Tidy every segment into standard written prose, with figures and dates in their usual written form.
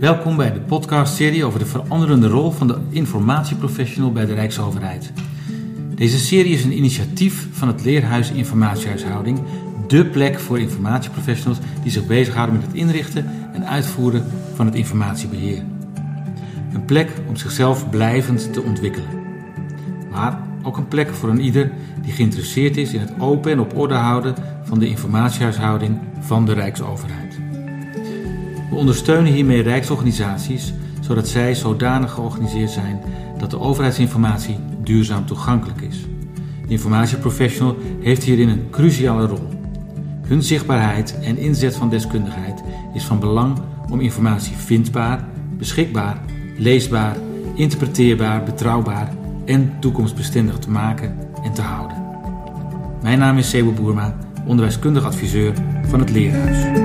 Welkom bij de podcastserie over de veranderende rol van de informatieprofessional bij de Rijksoverheid. Deze serie is een initiatief van het Leerhuis Informatiehuishouding, dé plek voor informatieprofessionals die zich bezighouden met het inrichten en uitvoeren van het informatiebeheer. Een plek om zichzelf blijvend te ontwikkelen. Maar ook een plek voor een ieder die geïnteresseerd is in het open en op orde houden van de informatiehuishouding van de Rijksoverheid. We ondersteunen hiermee rijksorganisaties, zodat zij zodanig georganiseerd zijn dat de overheidsinformatie duurzaam toegankelijk is. De informatieprofessional heeft hierin een cruciale rol. Hun zichtbaarheid en inzet van deskundigheid is van belang om informatie vindbaar, beschikbaar, leesbaar, interpreteerbaar, betrouwbaar en toekomstbestendig te maken en te houden. Mijn naam is Sebo Boerma, onderwijskundig adviseur van het Leerhuis.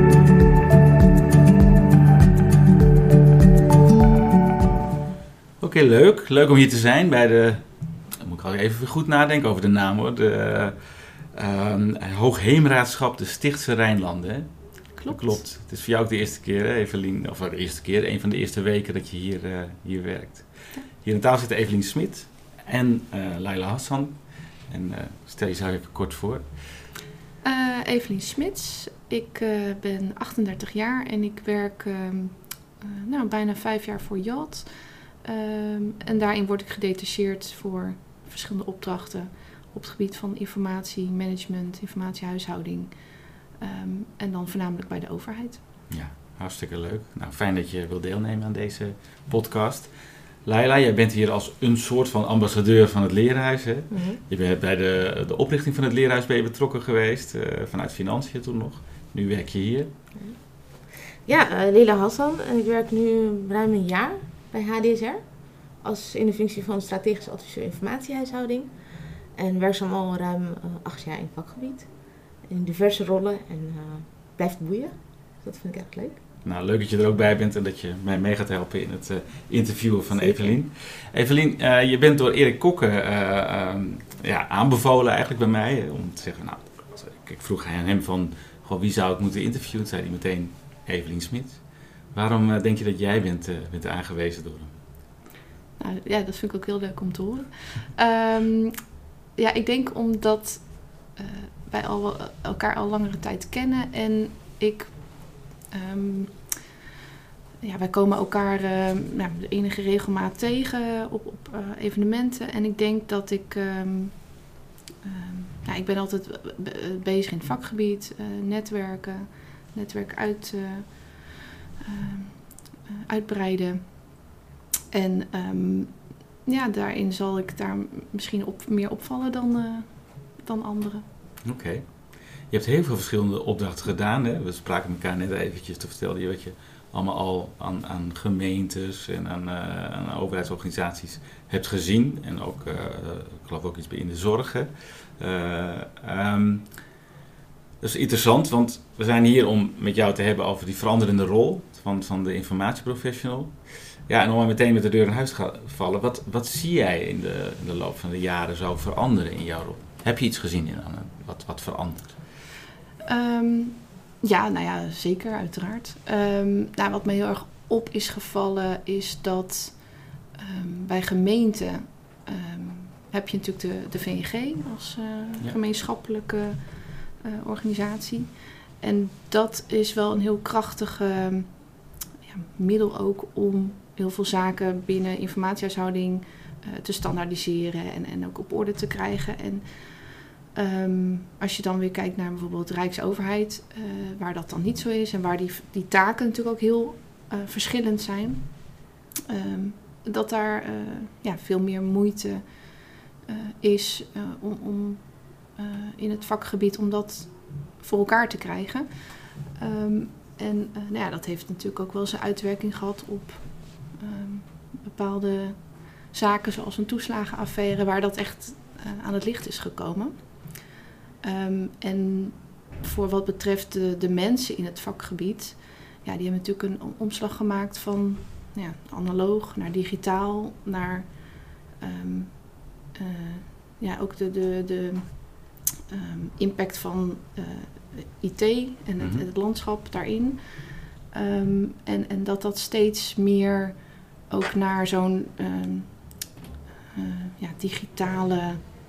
Oké, leuk. Leuk om hier te zijn bij de... Dan moet ik al even goed nadenken over de naam hoor. De Hoogheemraadschap de Stichtse Rijnlanden. Hè? Klopt. Het is voor jou ook de eerste keer, hè, Evelien? Of de eerste keer, een van de eerste weken dat je hier werkt. Hier aan tafel zitten Evelien Smit en Laila Hassan. En stel jezelf even kort voor. Evelien Smits. Ik ben 38 jaar en ik werk bijna 5 jaar voor JAD. En daarin word ik gedetacheerd voor verschillende opdrachten op het gebied van informatiemanagement, informatiehuishouding en dan voornamelijk bij de overheid. Ja, hartstikke leuk. Nou, fijn dat je wilt deelnemen aan deze podcast. Laila, jij bent hier als een soort van ambassadeur van het Leerhuis. Hè? Mm-hmm. Je bent bij de oprichting van het Leerhuis betrokken geweest, vanuit Financiën toen nog. Nu werk je hier. Ja, Laila Hassan. En ik werk nu ruim een jaar bij HDSR. In de functie van strategisch adviseur informatiehuishouding. En werkzaam al ruim 8 jaar in het vakgebied. In diverse rollen en blijft boeien. Dat vind ik echt leuk. Nou, leuk dat je er ook bij bent en dat je mij mee gaat helpen in het interviewen van Zeker. Evelien. Evelien, je bent door Erik Kokke aanbevolen eigenlijk bij mij. Om te zeggen, ik vroeg aan hem van, wie zou ik moeten interviewen? Toen zei hij meteen Evelien Smit. Waarom denk je dat jij bent aangewezen door hem? Nou, ja, dat vind ik ook heel leuk om te horen. Ik denk omdat wij elkaar al langere tijd kennen en wij komen elkaar de enige regelmaat tegen op evenementen. En ik denk dat ik ben altijd bezig in het vakgebied, netwerk uitbreiden. En daarin zal ik daar misschien meer opvallen dan anderen. Oké. Je hebt heel veel verschillende opdrachten gedaan. Hè? We spraken elkaar net eventjes, te vertellen je wat je allemaal al aan gemeentes en aan overheidsorganisaties hebt gezien. En ook, ik geloof ook iets in de zorg. Dat is interessant, want we zijn hier om met jou te hebben over die veranderende rol van de informatieprofessional. Ja, en om meteen met de deur in huis te vallen. Wat zie jij in de loop van de jaren zo veranderen in jouw rol? Heb je iets gezien wat verandert? Zeker, uiteraard. Wat me heel erg op is gevallen is dat bij gemeenten heb je natuurlijk de VNG als gemeenschappelijke organisatie. En dat is wel een heel krachtige middel ook om heel veel zaken binnen informatiehuishouding te standaardiseren en ook op orde te krijgen. En als je dan weer kijkt naar bijvoorbeeld de Rijksoverheid, waar dat dan niet zo is en waar die taken natuurlijk ook heel verschillend zijn, dat daar veel meer moeite is om in het vakgebied om dat voor elkaar te krijgen. Dat heeft natuurlijk ook wel zijn uitwerking gehad op bepaalde zaken zoals een toeslagenaffaire, waar dat echt aan het licht is gekomen. En voor wat betreft de mensen in het vakgebied, die hebben natuurlijk een omslag gemaakt van analoog naar digitaal, naar ook de impact van IT en het landschap daarin. En dat steeds meer ook naar zo'n digitale,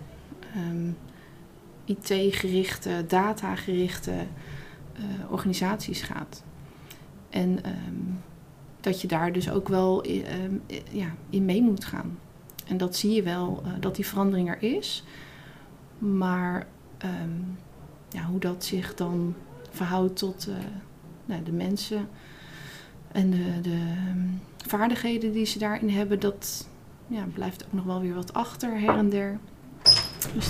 IT-gerichte, data-gerichte organisaties gaat. En dat je daar dus ook wel in mee moet gaan. En dat zie je wel, dat die verandering er is. Maar hoe dat zich dan verhoudt tot de mensen en de vaardigheden die ze daarin hebben, dat blijft ook nog wel weer wat achter, her en der. Dus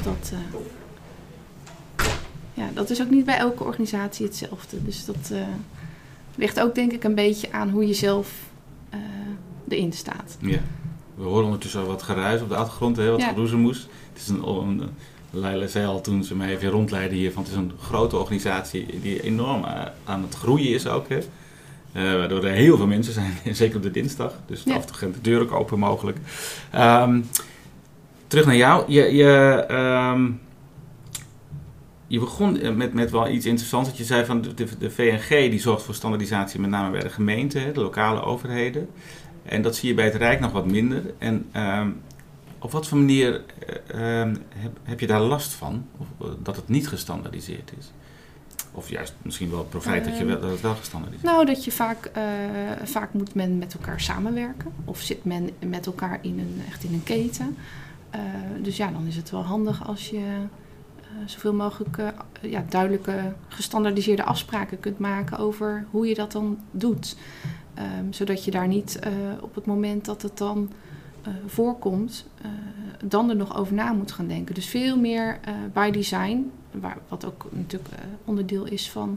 dat is ook niet bij elke organisatie hetzelfde. Dus dat ligt ook denk ik een beetje aan hoe je zelf erin staat. Ja. We horen ondertussen al wat geruis op de achtergrond, wat geroezemoes. Het is Leila zei al toen ze mij even rondleidde hier, van het is een grote organisatie die enorm aan het groeien is ook. Waardoor er heel veel mensen zijn, zeker op de dinsdag. Dus af en toe gaan de deur ook open mogelijk. Terug naar jou. Je begon met wel iets interessants. Dat je zei van de VNG die zorgt voor standaardisatie met name bij de gemeente, de lokale overheden. En dat zie je bij het Rijk nog wat minder. En op wat voor manier heb je daar last van? Of dat het niet gestandaardiseerd is? Of juist misschien wel het profijt dat het wel gestandaardiseerd is? Nou, dat je vaak moet men met elkaar samenwerken. Of zit men met elkaar echt in een keten. Dus dan is het wel handig als je zoveel mogelijk duidelijke gestandaardiseerde afspraken kunt maken over hoe je dat dan doet. Zodat je daar niet op het moment dat het dan voorkomt, dan er nog over na moet gaan denken. Dus veel meer by design, wat ook natuurlijk onderdeel is van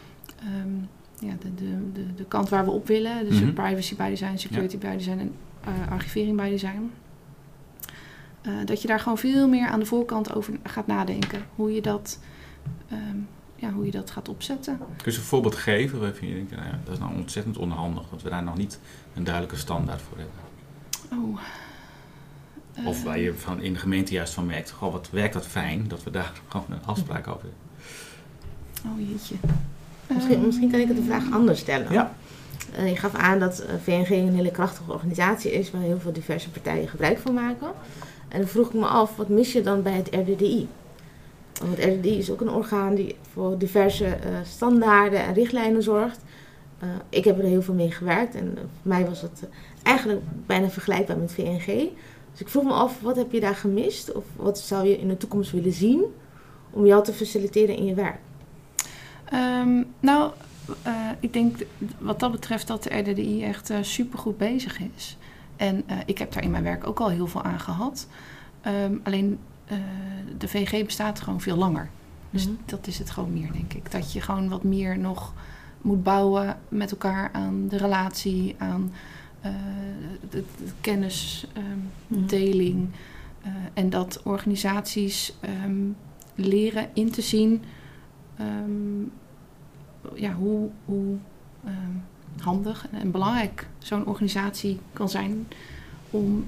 de kant waar we op willen. Dus privacy by design, security by design en archivering by design. Dat je daar gewoon veel meer aan de voorkant over gaat nadenken. Hoe je dat gaat opzetten. Kun je een voorbeeld geven waarvan je denkt, dat is nou ontzettend onhandig, dat we daar nog niet een duidelijke standaard voor hebben? Of waar je in de gemeente juist van merkt, wat werkt dat fijn, dat we daar gewoon een afspraak over hebben. Oh jeetje. Misschien kan ik het de vraag anders stellen. Ja. Je gaf aan dat VNG een hele krachtige organisatie is waar heel veel diverse partijen gebruik van maken. En dan vroeg ik me af, wat mis je dan bij het RDDI? Want het RDDI is ook een orgaan die voor diverse standaarden en richtlijnen zorgt. Ik heb er heel veel mee gewerkt en voor mij was het eigenlijk bijna vergelijkbaar met VNG. Dus ik vroeg me af, wat heb je daar gemist? Of wat zou je in de toekomst willen zien om jou te faciliteren in je werk? Ik denk wat dat betreft dat de RDDI echt supergoed bezig is. En ik heb daar in mijn werk ook al heel veel aan gehad. Alleen de VNG bestaat gewoon veel langer. Dus dat is het gewoon meer, denk ik. Dat je gewoon wat meer nog moet bouwen met elkaar aan de relatie, aan de kennisdeling. En dat organisaties leren in te zien hoe handig en belangrijk zo'n organisatie kan zijn om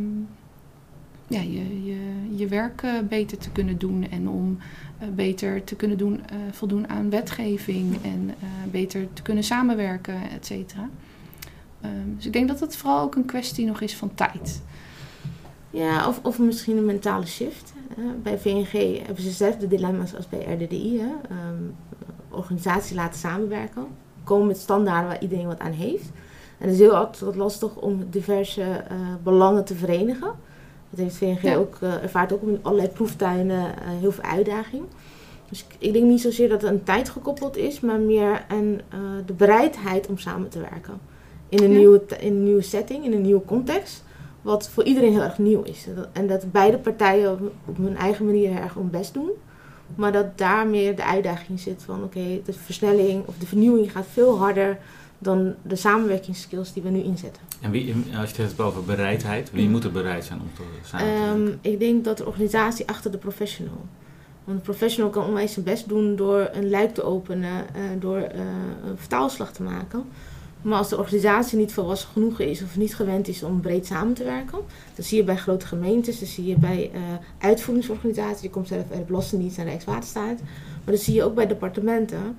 je werk beter te kunnen doen en om beter te kunnen voldoen aan wetgeving en beter te kunnen samenwerken, et cetera. Dus ik denk dat het vooral ook een kwestie nog is van tijd. Ja, of misschien een mentale shift. Bij VNG hebben ze dezelfde dilemma's als bij RDDI. Organisatie laten samenwerken. Komen met standaarden waar iedereen wat aan heeft. En het is heel altijd lastig om diverse belangen te verenigen. Dat heeft VNG ook, ervaart ook in allerlei proeftuinen heel veel uitdaging. Dus ik denk niet zozeer dat het aan tijd gekoppeld is, maar meer aan de bereidheid om samen te werken. In een nieuwe setting, in een nieuwe context. Wat voor iedereen heel erg nieuw is. En dat beide partijen op hun eigen manier heel erg hun best doen. Maar dat daar meer de uitdaging zit van de versnelling of de vernieuwing gaat veel harder dan de samenwerkingsskills die we nu inzetten. En als je het hebt over bereidheid, wie moet er bereid zijn om samen te werken? Ik denk dat de organisatie achter de professional. Want de professional kan onwijs zijn best doen door een luik te openen, door een vertaalslag te maken. Maar als de organisatie niet volwassen genoeg is of niet gewend is om breed samen te werken, dat zie je bij grote gemeentes, dat zie je bij uitvoeringsorganisaties, die komt zelf bij de Belastingdienst en Rijkswaterstaat, maar dat zie je ook bij departementen.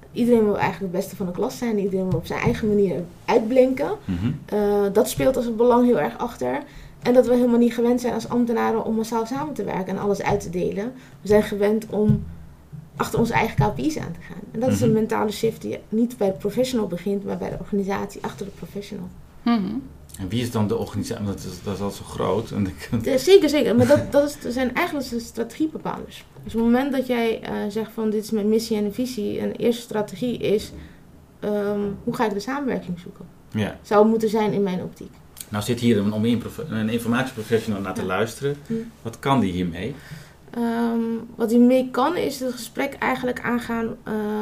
iedereen wil eigenlijk het beste van de klas zijn. Iedereen wil op zijn eigen manier uitblinken. Dat speelt als het belang heel erg achter. En dat we helemaal niet gewend zijn als ambtenaren om massaal samen te werken en alles uit te delen. We zijn gewend om achter onze eigen KPI's aan te gaan. En dat is een mentale shift die niet bij de professional begint, maar bij de organisatie achter de professional. En wie is dan de organisatie? Dat is al zo groot. En Zeker. Maar dat zijn eigenlijk de strategiebepalers. Dus op het moment dat jij zegt van dit is mijn missie en een visie. En de eerste strategie is hoe ga ik de samenwerking zoeken? Ja. Zou het moeten zijn in mijn optiek. Nou zit hier een informatieprofessional naar te luisteren. Wat kan die hiermee? Wat hij mee kan is het gesprek eigenlijk aangaan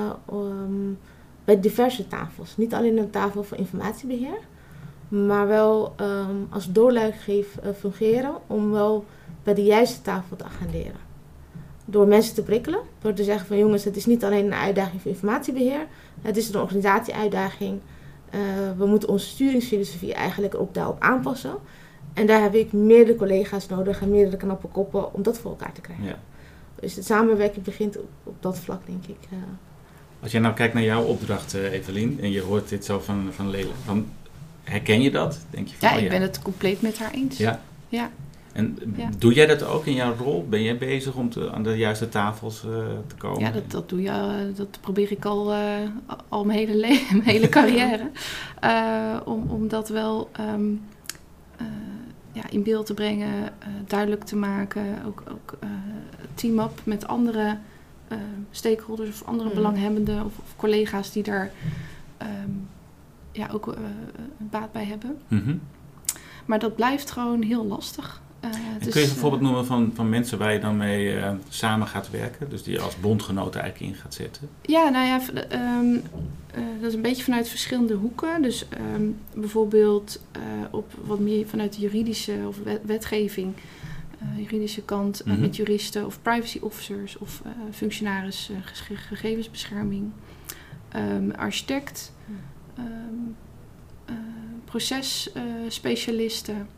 bij diverse tafels. Niet alleen een tafel voor informatiebeheer. Maar wel als doorluikgeef fungeren om wel bij de juiste tafel te agenderen. Door mensen te prikkelen. Door te zeggen van jongens, het is niet alleen een uitdaging voor informatiebeheer. Het is een organisatieuitdaging. We moeten onze sturingsfilosofie eigenlijk ook daarop aanpassen. En daar heb ik meerdere collega's nodig en meerdere knappe koppen om dat voor elkaar te krijgen. Ja. Dus het samenwerken begint op dat vlak, denk ik. Als jij nou kijkt naar jouw opdracht, Evelien, en je hoort dit zo van Lela, herken je dat? Denk je van, ik ben het compleet met haar eens. Ja. En doe jij dat ook in jouw rol? Ben jij bezig om aan de juiste tafels te komen? Ja, dat doe je. Dat probeer ik al mijn hele carrière. Om dat wel in beeld te brengen, duidelijk te maken. Ook team-up met andere stakeholders of andere belanghebbenden of collega's die daar ook baat bij hebben. Maar dat blijft gewoon heel lastig. Kun je een voorbeeld noemen van mensen waar je dan mee samen gaat werken? Dus die je als bondgenoten eigenlijk in gaat zetten? Ja, dat is een beetje vanuit verschillende hoeken. Dus bijvoorbeeld op wat meer vanuit de juridische of wetgeving, juridische kant met juristen of privacy officers of functionaris gegevensbescherming, architect, processpecialisten.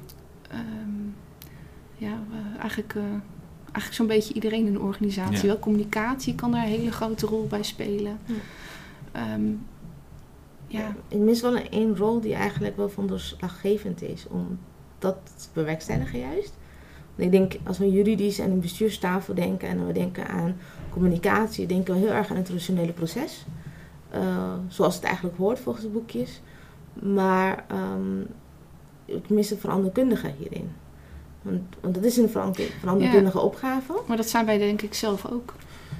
Eigenlijk zo'n beetje iedereen in de organisatie. Wel, communicatie kan daar een hele grote rol bij spelen. Er is wel één rol die eigenlijk wel van doorslaggevend is om dat te bewerkstelligen juist. Want ik denk, als we juridisch en een bestuurstafel denken en we denken aan communicatie, denken we heel erg aan het traditionele proces. Zoals het eigenlijk hoort volgens de boekjes. Maar ik mis een veranderkundige hierin. Want dat is een veranderkundige opgave. Maar dat zijn wij denk ik zelf ook.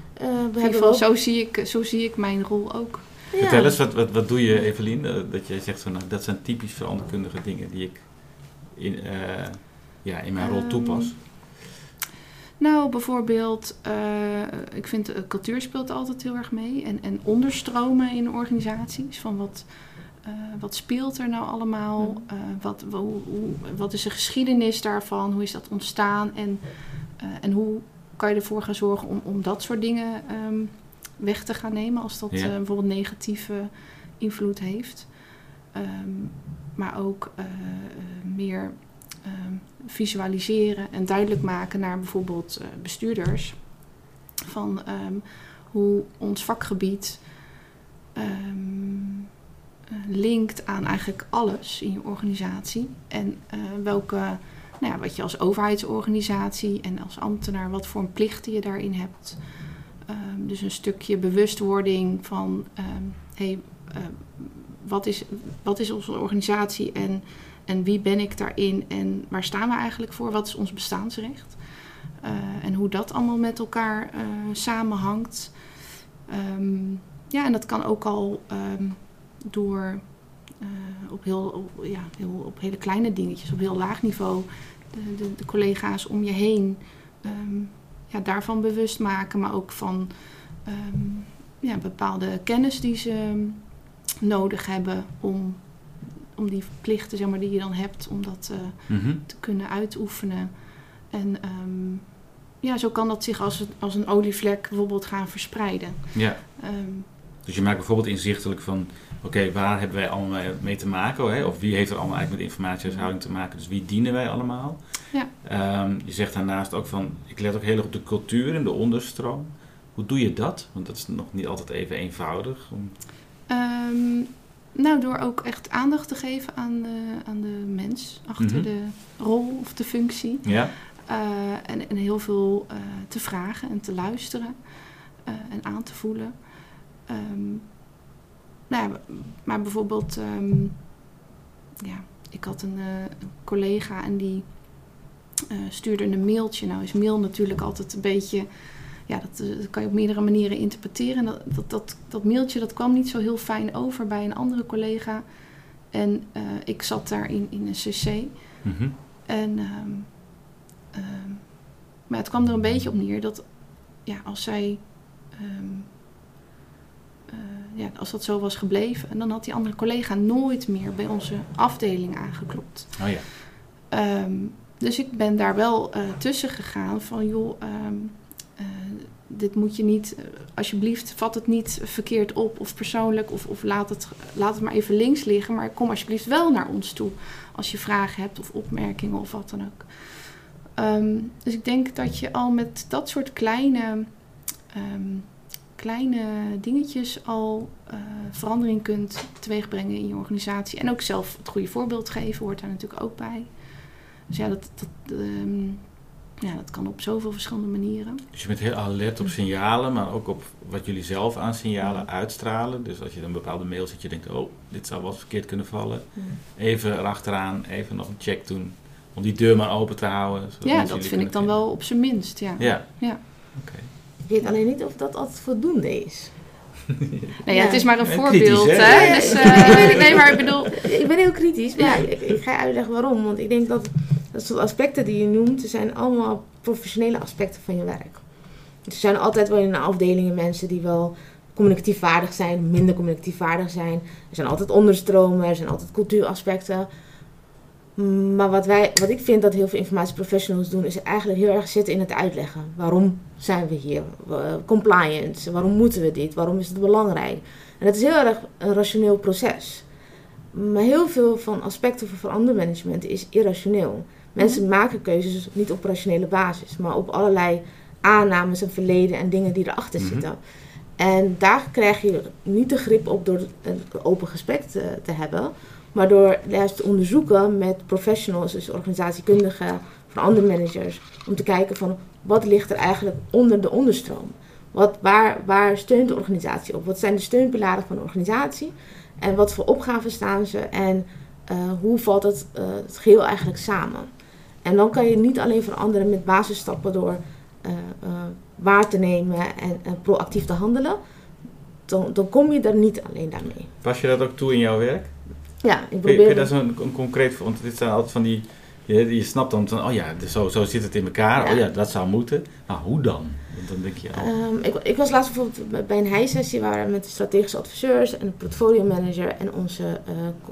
Zo zie ik mijn rol ook. Ja. Vertel eens, wat doe je, Evelien? Dat jij zegt van, dat zijn typisch veranderkundige dingen die ik in mijn rol toepas. Nou, bijvoorbeeld, ik vind cultuur speelt altijd heel erg mee. En onderstromen in organisaties. Van wat speelt er nou allemaal? Wat is de geschiedenis daarvan? Hoe is dat ontstaan? En hoe kan je ervoor gaan zorgen om dat soort dingen weg te gaan nemen als dat bijvoorbeeld negatieve invloed heeft. Maar ook meer visualiseren en duidelijk maken naar bijvoorbeeld bestuurders van hoe ons vakgebied linkt aan eigenlijk alles in je organisatie en wat je als overheidsorganisatie en als ambtenaar, wat voor een plichten je daarin hebt. Dus een stukje bewustwording van wat is onze organisatie en wie ben ik daarin en waar staan we eigenlijk voor? Wat is ons bestaansrecht? En hoe dat allemaal met elkaar samenhangt. En dat kan ook al door op hele kleine dingetjes, op heel laag niveau, de collega's om je heen daarvan bewust maken, maar ook van bepaalde kennis die ze nodig hebben om die plichten, zeg maar, die je dan hebt, om dat te kunnen uitoefenen. En zo kan dat zich als een olievlek bijvoorbeeld gaan verspreiden. Ja. Dus je maakt bijvoorbeeld inzichtelijk van, oké, waar hebben wij allemaal mee te maken? Hè? Of wie heeft er allemaal eigenlijk met informatiehuishouding te maken? Dus wie dienen wij allemaal? Ja. Je zegt daarnaast ook van, ik let ook heel erg op de cultuur en de onderstroom. Hoe doe je dat? Want dat is nog niet altijd even eenvoudig. Door ook echt aandacht te geven aan de mens achter de rol of de functie. Ja. En heel veel te vragen en te luisteren en aan te voelen. Maar bijvoorbeeld, ik had een collega en die stuurde een mailtje. Nou is mail natuurlijk altijd een beetje, dat kan je op meerdere manieren interpreteren. Dat mailtje dat kwam niet zo heel fijn over bij een andere collega. En ik zat daar in een cc. Mm-hmm. En maar het kwam er een beetje op neer dat als zij als dat zo was gebleven, en dan had die andere collega nooit meer bij onze afdeling aangeklopt. Oh ja. Dus ik ben daar wel tussen gegaan van joh, dit moet je niet, alsjeblieft vat het niet verkeerd op of persoonlijk of laat het maar even links liggen, maar kom alsjeblieft wel naar ons toe als je vragen hebt of opmerkingen of wat dan ook. Dus ik denk dat je al met dat soort kleine dingetjes al verandering kunt teweegbrengen in je organisatie. En ook zelf het goede voorbeeld geven hoort daar natuurlijk ook bij. Dus dat kan op zoveel verschillende manieren. Dus je bent heel alert op signalen, maar ook op wat jullie zelf aan signalen uitstralen. Dus als je een bepaalde mail ziet, je denkt, dit zou wel eens verkeerd kunnen vallen. Even erachteraan, even nog een check doen. Om die deur maar open te houden. Ja, dat vind ik dan wel op zijn minst, ja. Ja. Okay. Ik weet alleen niet of dat altijd voldoende is. Het is maar een voorbeeld. Kritisch, hè? Ja. Dus, maar ik bedoel... Ik ben heel kritisch, maar ik ga je uitleggen waarom. Want ik denk dat soort aspecten die je noemt, zijn allemaal professionele aspecten van je werk. Dus er zijn altijd wel in de afdelingen mensen die wel communicatief vaardig zijn, minder communicatief vaardig zijn. Er zijn altijd onderstromen, er zijn altijd cultuuraspecten. Maar wat ik vind dat heel veel informatieprofessionals doen, is eigenlijk heel erg zitten in het uitleggen. Waarom zijn we hier? Compliance, waarom moeten we dit? Waarom is het belangrijk? En dat is heel erg een rationeel proces. Maar heel veel van aspecten van verandermanagement is irrationeel. Mensen maken keuzes niet op rationele basis, maar op allerlei aannames en verleden en dingen die erachter zitten. En daar krijg je niet de grip op door een open gesprek te hebben, maar door juist te onderzoeken met professionals, dus organisatiekundigen, verandermanagers, om te kijken van wat ligt er eigenlijk onder de onderstroom. Waar steunt de organisatie op? Wat zijn de steunpilaren van de organisatie? En wat voor opgaven staan ze? En hoe valt het geheel eigenlijk samen? En dan kan je niet alleen veranderen met basisstappen door waar te nemen en proactief te handelen. Dan kom je er niet alleen daarmee. Pas je dat ook toe in jouw werk? Ja, ik probeer... Kun je daar zo'n concreet... Want dit zijn altijd van die... Je snapt dan van, zo zit het in elkaar. Ja. Dat zou moeten. Nou, hoe dan? Want dan denk je... Ik was laatst bijvoorbeeld bij een hijsessie waar we met de strategische adviseurs en de portfolio manager en onze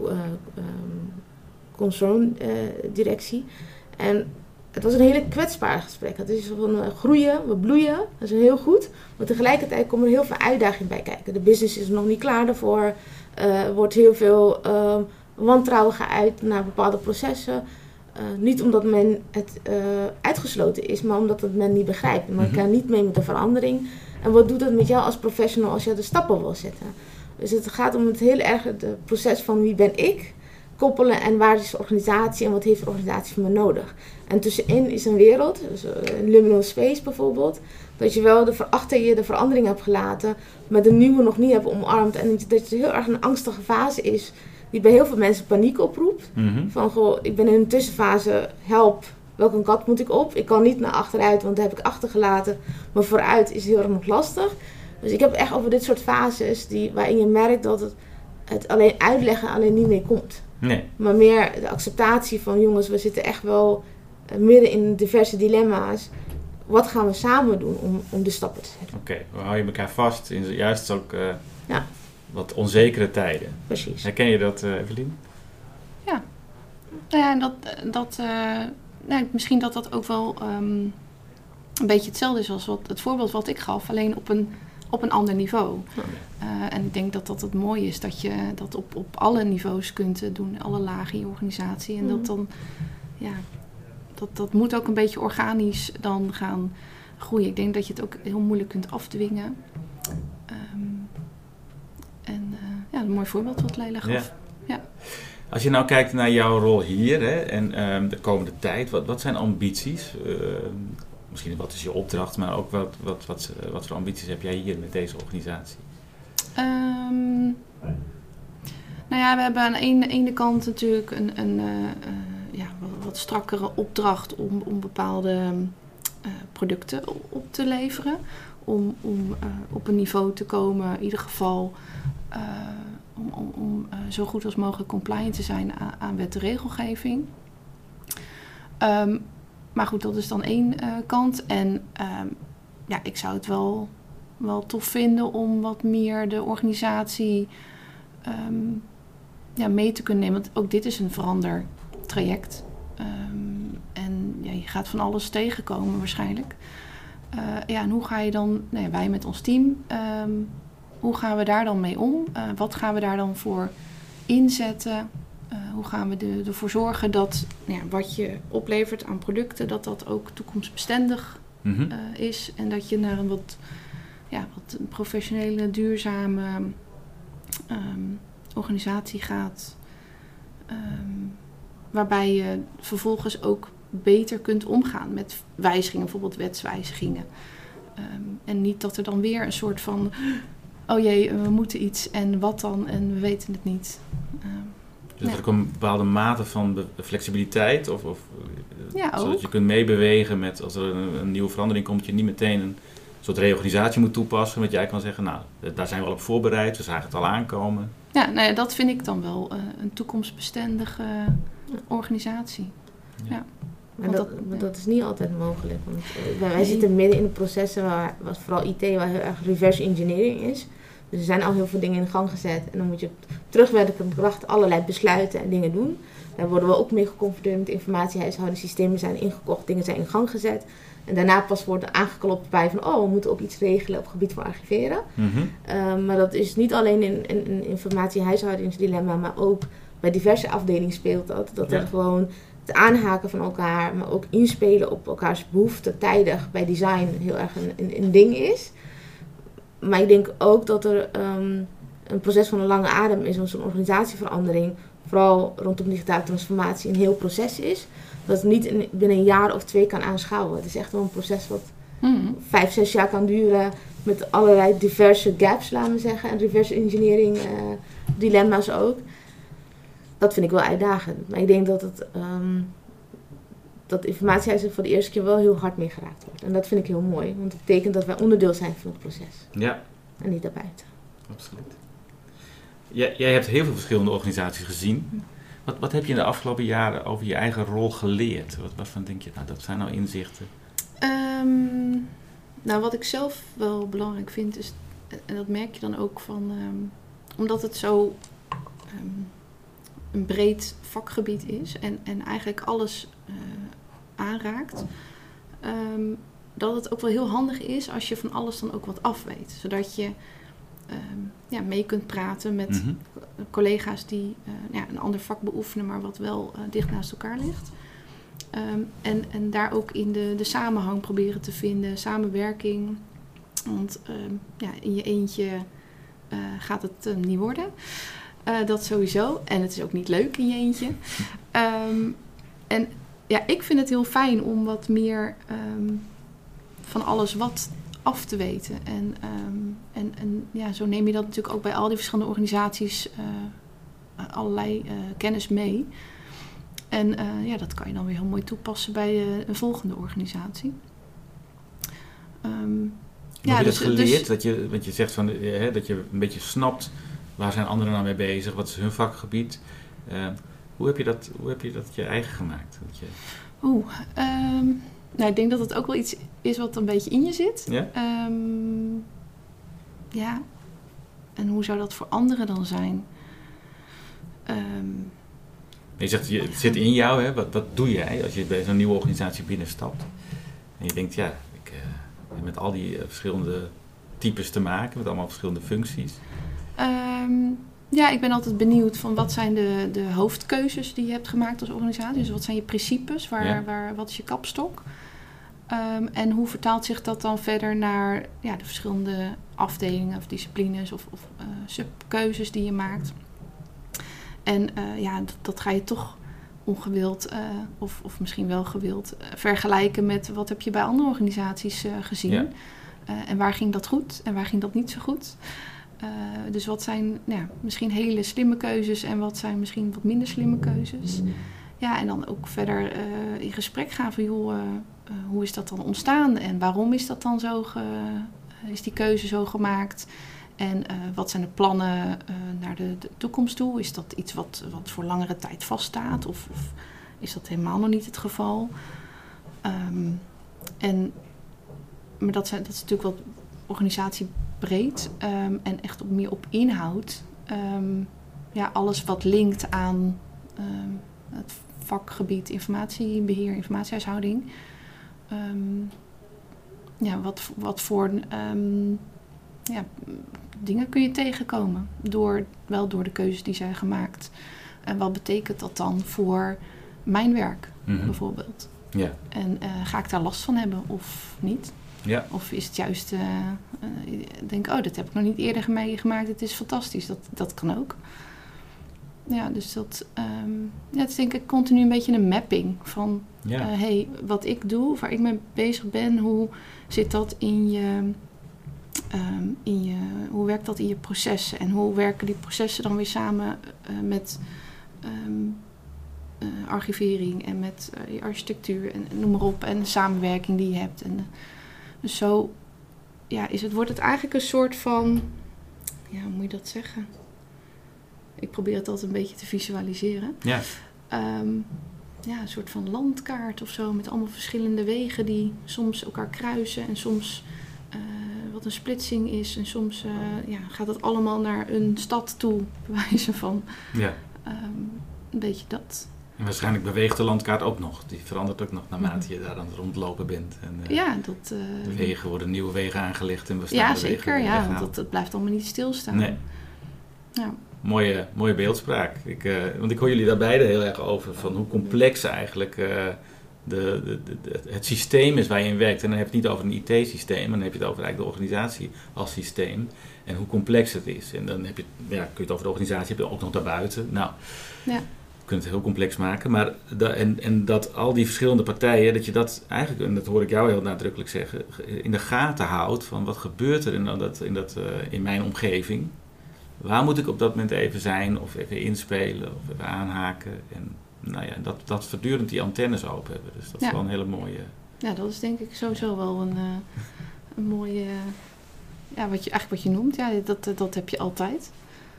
concern directie. En het was een hele kwetsbaar gesprek. Het is van groeien, we bloeien. Dat is heel goed. Maar tegelijkertijd komen er heel veel uitdagingen bij kijken. De business is nog niet klaar daarvoor. Er wordt heel veel wantrouwen geuit naar bepaalde processen. Niet omdat men het uitgesloten is, maar omdat het men niet begrijpt. Men kan niet mee met de verandering. En wat doet dat met jou als professional als je de stappen wil zetten? Dus het gaat om het heel erg het proces van wie ben ik, koppelen en waar is de organisatie en wat heeft de organisatie van me nodig. En tussenin is een wereld, dus een liminal space bijvoorbeeld, dat je wel achter je de verandering hebt gelaten, maar de nieuwe nog niet hebt omarmd. En dat het heel erg een angstige fase is, die bij heel veel mensen paniek oproept. Van, goh, ik ben in een tussenfase, help, welke kant moet ik op? Ik kan niet naar achteruit, want dat heb ik achtergelaten. Maar vooruit is heel erg nog lastig. Dus ik heb echt over dit soort fases, waarin je merkt dat het alleen uitleggen alleen niet mee komt. Nee. Maar meer de acceptatie van, jongens, we zitten echt wel midden in diverse dilemma's. Wat gaan we samen doen om de stappen te zetten? Oké, we houden je elkaar vast in juist ook wat onzekere tijden. Precies. Herken je dat, Evelien? Ja. Nou ja, misschien dat ook wel een beetje hetzelfde is als het voorbeeld wat ik gaf, alleen op een ander niveau. En ik denk dat het mooi is dat je dat op alle niveaus kunt doen, alle lagen in je organisatie. En dat dan, dat moet ook een beetje organisch dan gaan groeien. Ik denk dat je het ook heel moeilijk kunt afdwingen. Een mooi voorbeeld wat Leila gaf. Ja. Als je nou kijkt naar jouw rol hier hè, en de komende tijd, wat zijn ambities? Misschien wat is je opdracht, maar ook wat voor ambities heb jij hier met deze organisatie? We hebben aan de ene kant natuurlijk een wat strakkere opdracht om bepaalde producten op te leveren. Om op een niveau te komen, in ieder geval om zo goed als mogelijk compliant te zijn aan wet en regelgeving. Maar goed, dat is dan één kant. En ik zou het wel tof vinden om wat meer de organisatie mee te kunnen nemen. Want ook dit is een verandertraject. En je gaat van alles tegenkomen waarschijnlijk. En hoe ga je dan, wij met ons team, hoe gaan we daar dan mee om? Wat gaan we daar dan voor inzetten? Hoe gaan we ervoor zorgen dat wat je oplevert aan producten, dat ook toekomstbestendig is. En dat je naar een wat professionele, duurzame organisatie gaat. Waarbij je vervolgens ook beter kunt omgaan met wijzigingen, bijvoorbeeld wetswijzigingen. En niet dat er dan weer een soort van, oh jee, we moeten iets en wat dan en we weten het niet. Dus er ook een bepaalde mate van flexibiliteit zodat ook. Je kunt meebewegen met als er een nieuwe verandering komt, je niet meteen een soort reorganisatie moet toepassen, want jij kan zeggen, daar zijn we al op voorbereid, we zagen het al aankomen. Ja, dat vind ik dan wel een toekomstbestendige organisatie. Ja. Maar dat is niet altijd mogelijk. Want wij zitten midden in de processen wat vooral IT, waar heel erg reverse engineering is. Dus er zijn al heel veel dingen in gang gezet. En dan moet je terugwerkende kracht allerlei besluiten en dingen doen. Daar worden we ook mee geconfronteerd met informatiehuishouding. Systemen zijn ingekocht, dingen zijn in gang gezet. En daarna pas wordt aangeklopt bij van, we moeten ook iets regelen op het gebied van archiveren. Mm-hmm. Maar dat is niet alleen in informatiehuishoudingsdilemma, maar ook bij diverse afdelingen speelt dat. Dat er gewoon het aanhaken van elkaar, maar ook inspelen op elkaars behoeften tijdig bij design heel erg een ding is. Maar ik denk ook dat er een proces van een lange adem is, want zo'n organisatieverandering, vooral rondom digitale transformatie, een heel proces is. Dat het niet binnen een jaar of 2 kan aanschouwen. Het is echt wel een proces wat 5-6 jaar kan duren met allerlei diverse gaps, laten we zeggen, en reverse engineering dilemma's ook. Dat vind ik wel uitdagend. Maar ik denk dat informatiehuis voor de eerste keer wel heel hard mee geraakt wordt. En dat vind ik heel mooi. Want het betekent dat wij onderdeel zijn van het proces. Ja. En niet daarbuiten. Absoluut. Jij hebt heel veel verschillende organisaties gezien. Wat heb je in de afgelopen jaren over je eigen rol geleerd? Wat van denk je, dat zijn nou inzichten? Wat ik zelf wel belangrijk vind is, en dat merk je dan ook van, omdat het zo een breed vakgebied is en eigenlijk alles aanraakt, dat het ook wel heel handig is als je van alles dan ook wat af weet. Zodat je mee kunt praten met collega's die een ander vak beoefenen, maar wat wel dicht naast elkaar ligt. En daar ook in de samenhang proberen te vinden, samenwerking. Want in je eentje gaat het niet worden. Dat sowieso. En het is ook niet leuk in je eentje. Ik vind het heel fijn om wat meer van alles wat af te weten. En zo neem je dat natuurlijk ook bij al die verschillende organisaties allerlei kennis mee. En dat kan je dan weer heel mooi toepassen bij een volgende organisatie. Heb je dat geleerd? Want je zegt dat je een beetje snapt, waar zijn anderen nou mee bezig? Wat is hun vakgebied? Hoe heb je dat je eigen gemaakt? Ik denk dat het ook wel iets is wat een beetje in je zit. Ja? En hoe zou dat voor anderen dan zijn? Je zegt, het zit in jou. Hè? Wat doe jij als je bij zo'n nieuwe organisatie binnenstapt? En je denkt, ik heb met al die verschillende types te maken, met allemaal verschillende functies. Ik ben altijd benieuwd van wat zijn de hoofdkeuzes die je hebt gemaakt als organisatie. Dus wat zijn je principes? Wat is je kapstok? En hoe vertaalt zich dat dan verder naar de verschillende afdelingen of disciplines of subkeuzes die je maakt. En dat ga je toch ongewild of misschien wel gewild vergelijken met wat heb je bij andere organisaties gezien. Ja. En waar ging dat goed en waar ging dat niet zo goed. Dus wat zijn misschien hele slimme keuzes en wat zijn misschien wat minder slimme keuzes. Ja, en dan ook verder in gesprek gaan van hoe is dat dan ontstaan en waarom is dat dan zo is die keuze zo gemaakt? En wat zijn de plannen naar de toekomst toe? Is dat iets wat voor langere tijd vaststaat? Of is dat helemaal nog niet het geval? Maar dat is natuurlijk wat organisatiebreed. En echt meer op inhoud. Alles wat linkt aan het vakgebied informatiebeheer, informatiehuishouding. Wat voor dingen kun je tegenkomen door de keuzes die zijn gemaakt. En wat betekent dat dan voor mijn werk, bijvoorbeeld? Ja. En ga ik daar last van hebben of niet? Ja. Of is het juist, denk dat heb ik nog niet eerder meegemaakt, het is fantastisch, dat kan ook. Ja, dus dat het is denk ik continu een beetje een mapping van wat ik doe, waar ik mee bezig ben, hoe zit dat in je hoe werkt dat in je processen en hoe werken die processen dan weer samen met archivering en met je architectuur en noem maar op en de samenwerking die je hebt. En, dus zo wordt het eigenlijk een soort van, hoe moet je dat zeggen? Ik probeer het altijd een beetje te visualiseren. Ja. Een soort van landkaart of zo met allemaal verschillende wegen die soms elkaar kruisen en soms wat een splitsing is en soms gaat het allemaal naar een stad toe, bij wijze van een beetje dat. En waarschijnlijk beweegt de landkaart ook nog. Die verandert ook nog naarmate je daar aan het rondlopen bent. En, de wegen worden nieuwe wegen aangelegd en bestaande wegen. Ja, zeker. Want dat blijft allemaal niet stilstaan. Nee. Ja. Mooie beeldspraak. Want ik hoor jullie daar beide heel erg over van hoe complex eigenlijk het systeem is waar je in werkt. En dan heb je het niet over een IT-systeem, maar dan heb je het over eigenlijk de organisatie als systeem. En hoe complex het is. En dan kun je het over de organisatie hebben, ook nog daarbuiten. Nou, je kunt het heel complex maken. Maar dat al die verschillende partijen, dat je dat eigenlijk, en dat hoor ik jou heel nadrukkelijk zeggen, in de gaten houdt van wat gebeurt er in mijn omgeving. Waar moet ik op dat moment even zijn of even inspelen of even aanhaken. En dat voortdurend die antennes open hebben. Dus dat is wel een hele mooie. Ja, dat is denk ik sowieso wel een mooie, wat je noemt. Ja, dat heb je altijd.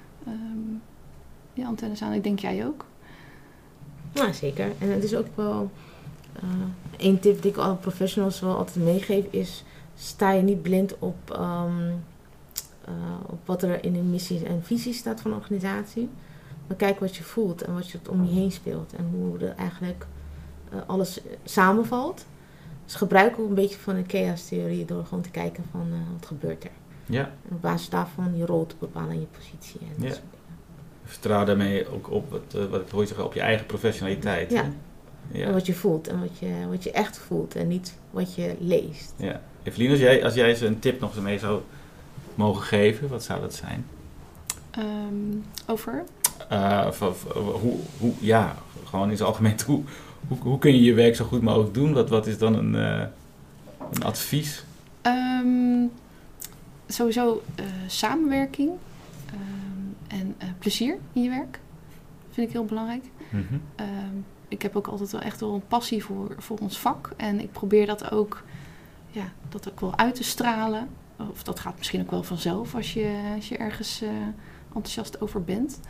Die antennes aan, ik denk jij ook. Ja, zeker. En het is ook wel één tip die ik alle professionals wel altijd meegeef is, sta je niet blind op wat er in de missie en visie staat van een organisatie. Maar kijk wat je voelt en wat je om je heen speelt. En hoe er eigenlijk alles samenvalt. Dus gebruik ook een beetje van de chaos-theorie door gewoon te kijken van wat gebeurt er. Ja. En op basis daarvan je rol te bepalen en je positie. En dat soort dingen. Vertrouw daarmee ook op wat ik hoor je zeggen, op je eigen professionaliteit. Ja. Ja. En wat je voelt en wat je echt voelt en niet wat je leest. Ja. Evelien, als jij ze een tip nog mee zou mogen geven, wat zou dat zijn? Over? Gewoon in het algemeen, hoe kun je je werk zo goed mogelijk doen? Wat is dan een advies? Sowieso samenwerking en plezier in je werk vind ik heel belangrijk. Mm-hmm. Ik heb ook altijd wel echt wel een passie voor ons vak en ik probeer dat ook wel uit te stralen. Of dat gaat misschien ook wel vanzelf als je ergens enthousiast over bent.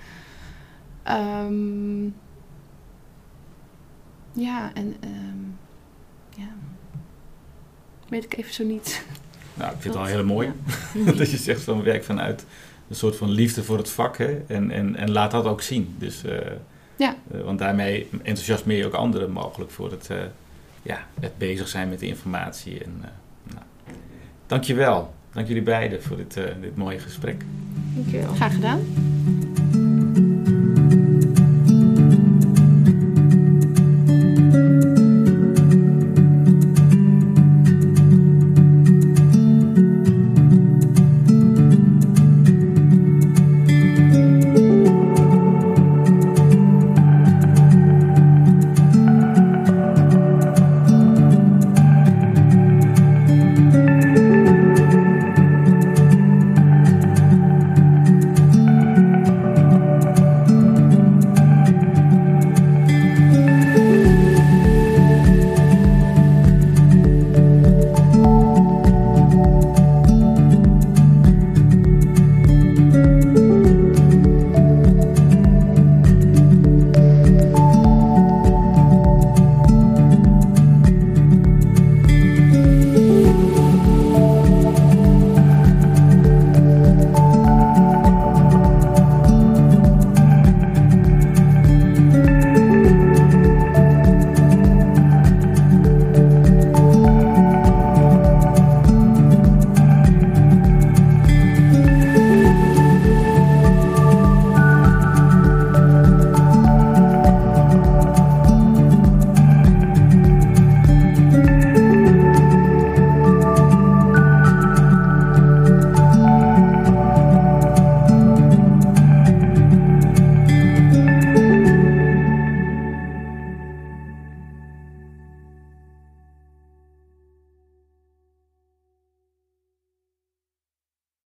Weet ik even zo niet. Nou, ik vind het al heel mooi. Ja. Dat je zegt van werk vanuit een soort van liefde voor het vak. Hè? En laat dat ook zien. Dus, want daarmee enthousiasmeer je ook anderen mogelijk voor het bezig zijn met de informatie. En, Dankjewel. Dank jullie beiden voor dit mooie gesprek. Dankjewel. Graag gedaan.